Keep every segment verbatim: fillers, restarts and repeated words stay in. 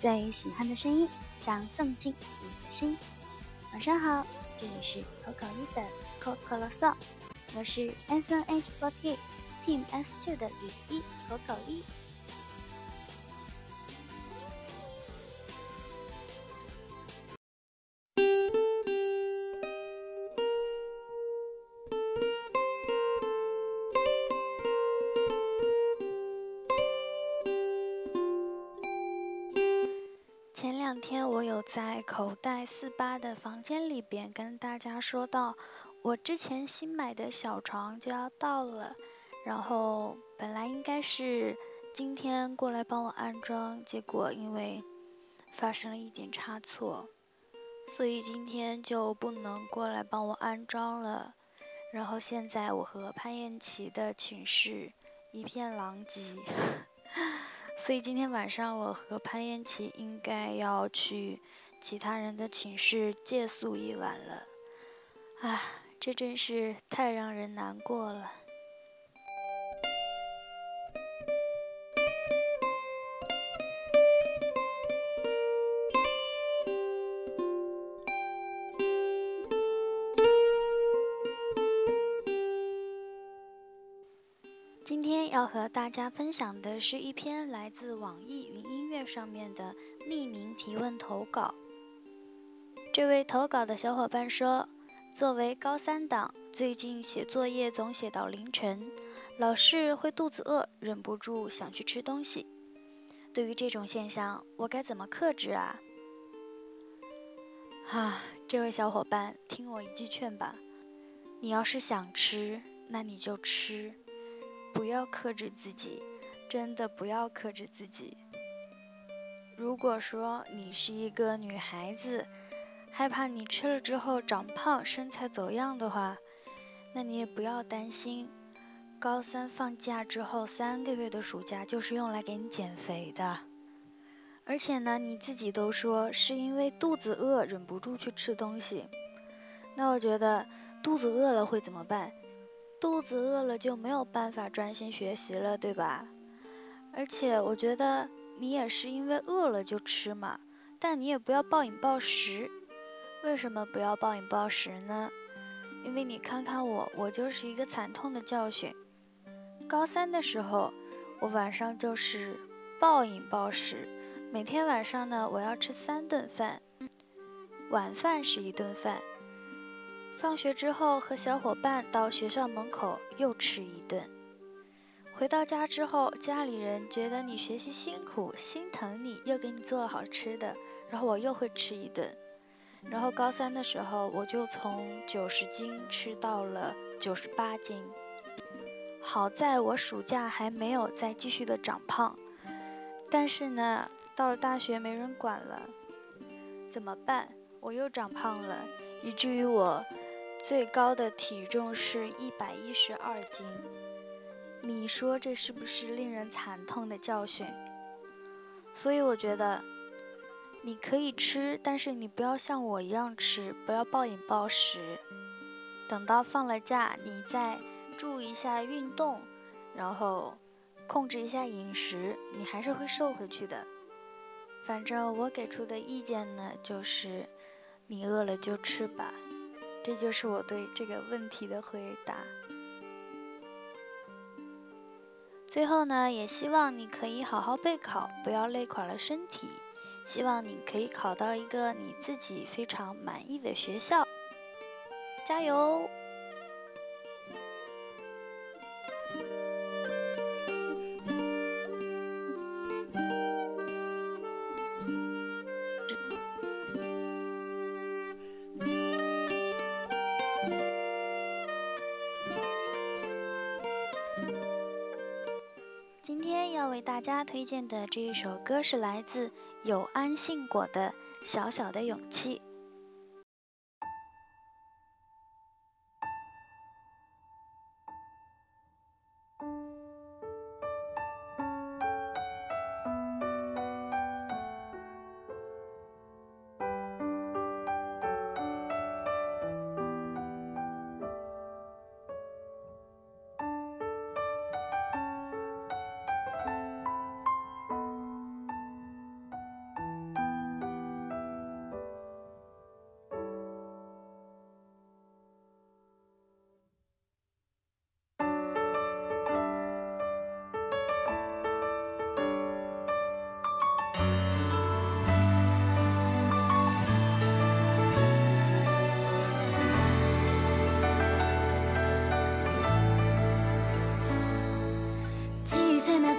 最喜欢的声音，想送进你的心。晚上好，这里是口口一的口口啰嗦，我是 S N H 四十八 Team S 二 的雨衣口口一。前两天我有在口袋四八的房间里边跟大家说到，我之前新买的小床就要到了，然后本来应该是今天过来帮我安装，结果因为发生了一点差错，所以今天就不能过来帮我安装了。然后现在我和潘燕琪的寝室一片狼藉。所以今天晚上我和潘燕琪应该要去其他人的寝室借宿一晚了，啊，这真是太让人难过了。今天要和大家分享的是一篇来自网易云音乐上面的匿名提问投稿。这位投稿的小伙伴说，作为高三党，最近写作业总写到凌晨，老是会肚子饿，忍不住想去吃东西。对于这种现象，我该怎么克制啊？啊，这位小伙伴，听我一句劝吧，你要是想吃，那你就吃。不要克制自己，真的不要克制自己。如果说你是一个女孩子，害怕你吃了之后长胖、身材走样的话，那你也不要担心。高三放假之后三个月的暑假就是用来给你减肥的。而且呢，你自己都说是因为肚子饿忍不住去吃东西，那我觉得肚子饿了会怎么办？肚子饿了就没有办法专心学习了，对吧？而且我觉得你也是因为饿了就吃嘛，但你也不要暴饮暴食。为什么不要暴饮暴食呢？因为你看看我，我就是一个惨痛的教训。高三的时候，我晚上就是暴饮暴食，每天晚上呢，我要吃三顿饭，晚饭是一顿饭。放学之后和小伙伴到学校门口又吃一顿，回到家之后，家里人觉得你学习辛苦，心疼你，又给你做了好吃的，然后我又会吃一顿。然后高三的时候，我就从九十斤吃到了九十八斤。好在我暑假还没有再继续的长胖，但是呢，到了大学没人管了，怎么办？我又长胖了，以至于我最高的体重是一百一十二斤，你说这是不是令人惨痛的教训？所以我觉得，你可以吃，但是你不要像我一样吃，不要暴饮暴食。等到放了假，你再注意一下运动，然后控制一下饮食，你还是会瘦回去的。反正我给出的意见呢，就是你饿了就吃吧。这就是我对这个问题的回答。最后呢，也希望你可以好好备考，不要累垮了身体。希望你可以考到一个你自己非常满意的学校，加油！今天要为大家推荐的这一首歌是来自有安信果的《小小的勇气》。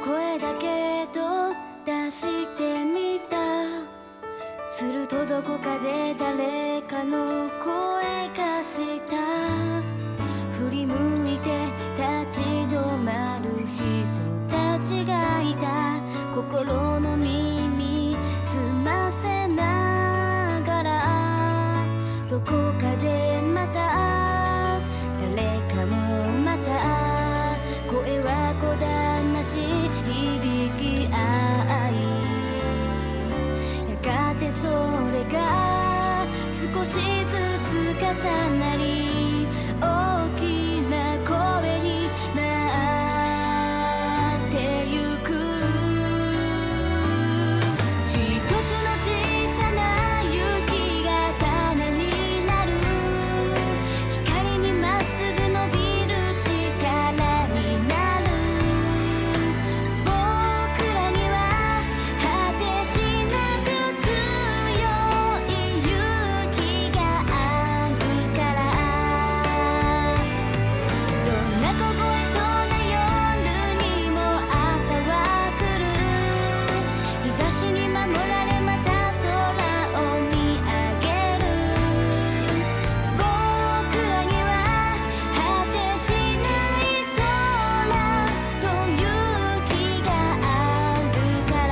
声だけど出してみた。するとどこかで誰かの声がした。振り向いて立ち止まる人たちがいた。心の耳澄ませながらどこかでまた誰かもまた声はこだまし響き合い、やがてそれが少しずつ重なり大きな声になってゆく。一つの小さな雪が種になる。光にまっすぐ伸びる力になる。僕らには果てしなく強い勇気があるから。どんな凍えそうな夜にも朝は来る。日差しに守られまた空を見上げる。僕らには果てしない空と勇気があるから。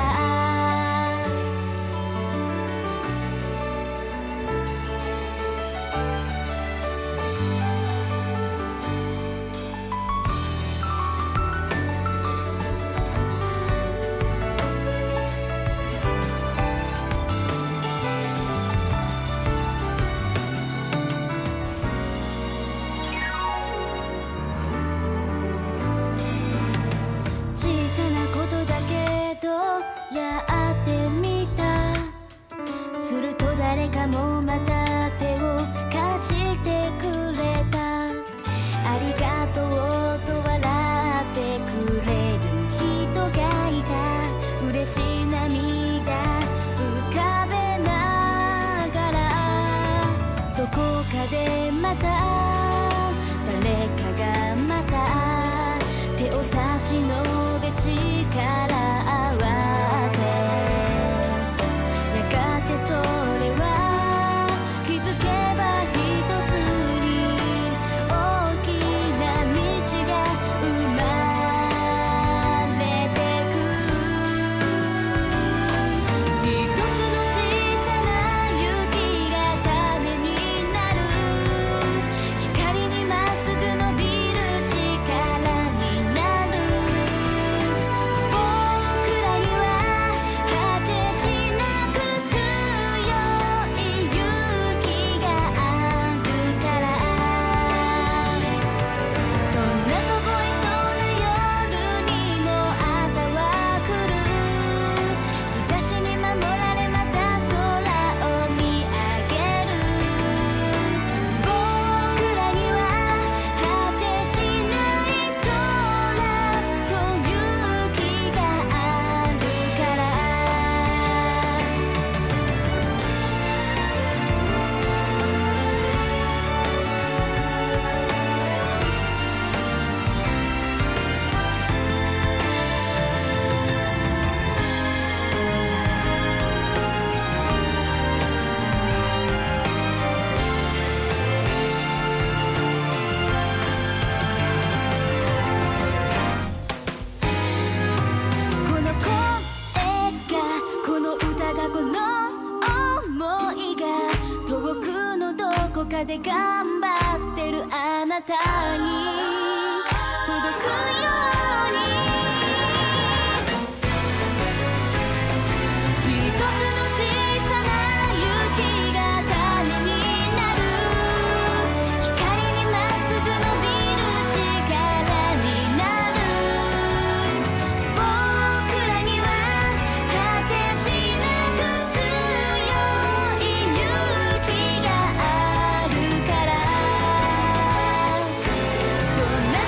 小さなことだけどやってみた。すると誰かもまた手を貸してくれた。ありがとうと笑ってくれる人がいた。嬉しい涙浮かべながらどこかでまた誰かがまた手を差し伸べ力合わせ、やがてそれは気づけば一つに大きな道が生まれてく。一つの小さな雪が種になる。光にまっすぐ伸びる力になる。僕らには果てしなく強い勇気があるから。どんな凍えそうな夜にも朝は来る。日差しに守られまた空を見上げる。僕らには果てしない空と勇気があるから。この声がこの歌がこの想いが遠くのどこかで頑張ってるあなたに届くように。一つの小さな雪が種になる。光にまっすぐ伸びる力になる。僕らには果てしなく強い勇気があるから。どんな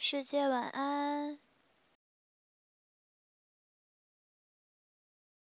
世界晚安。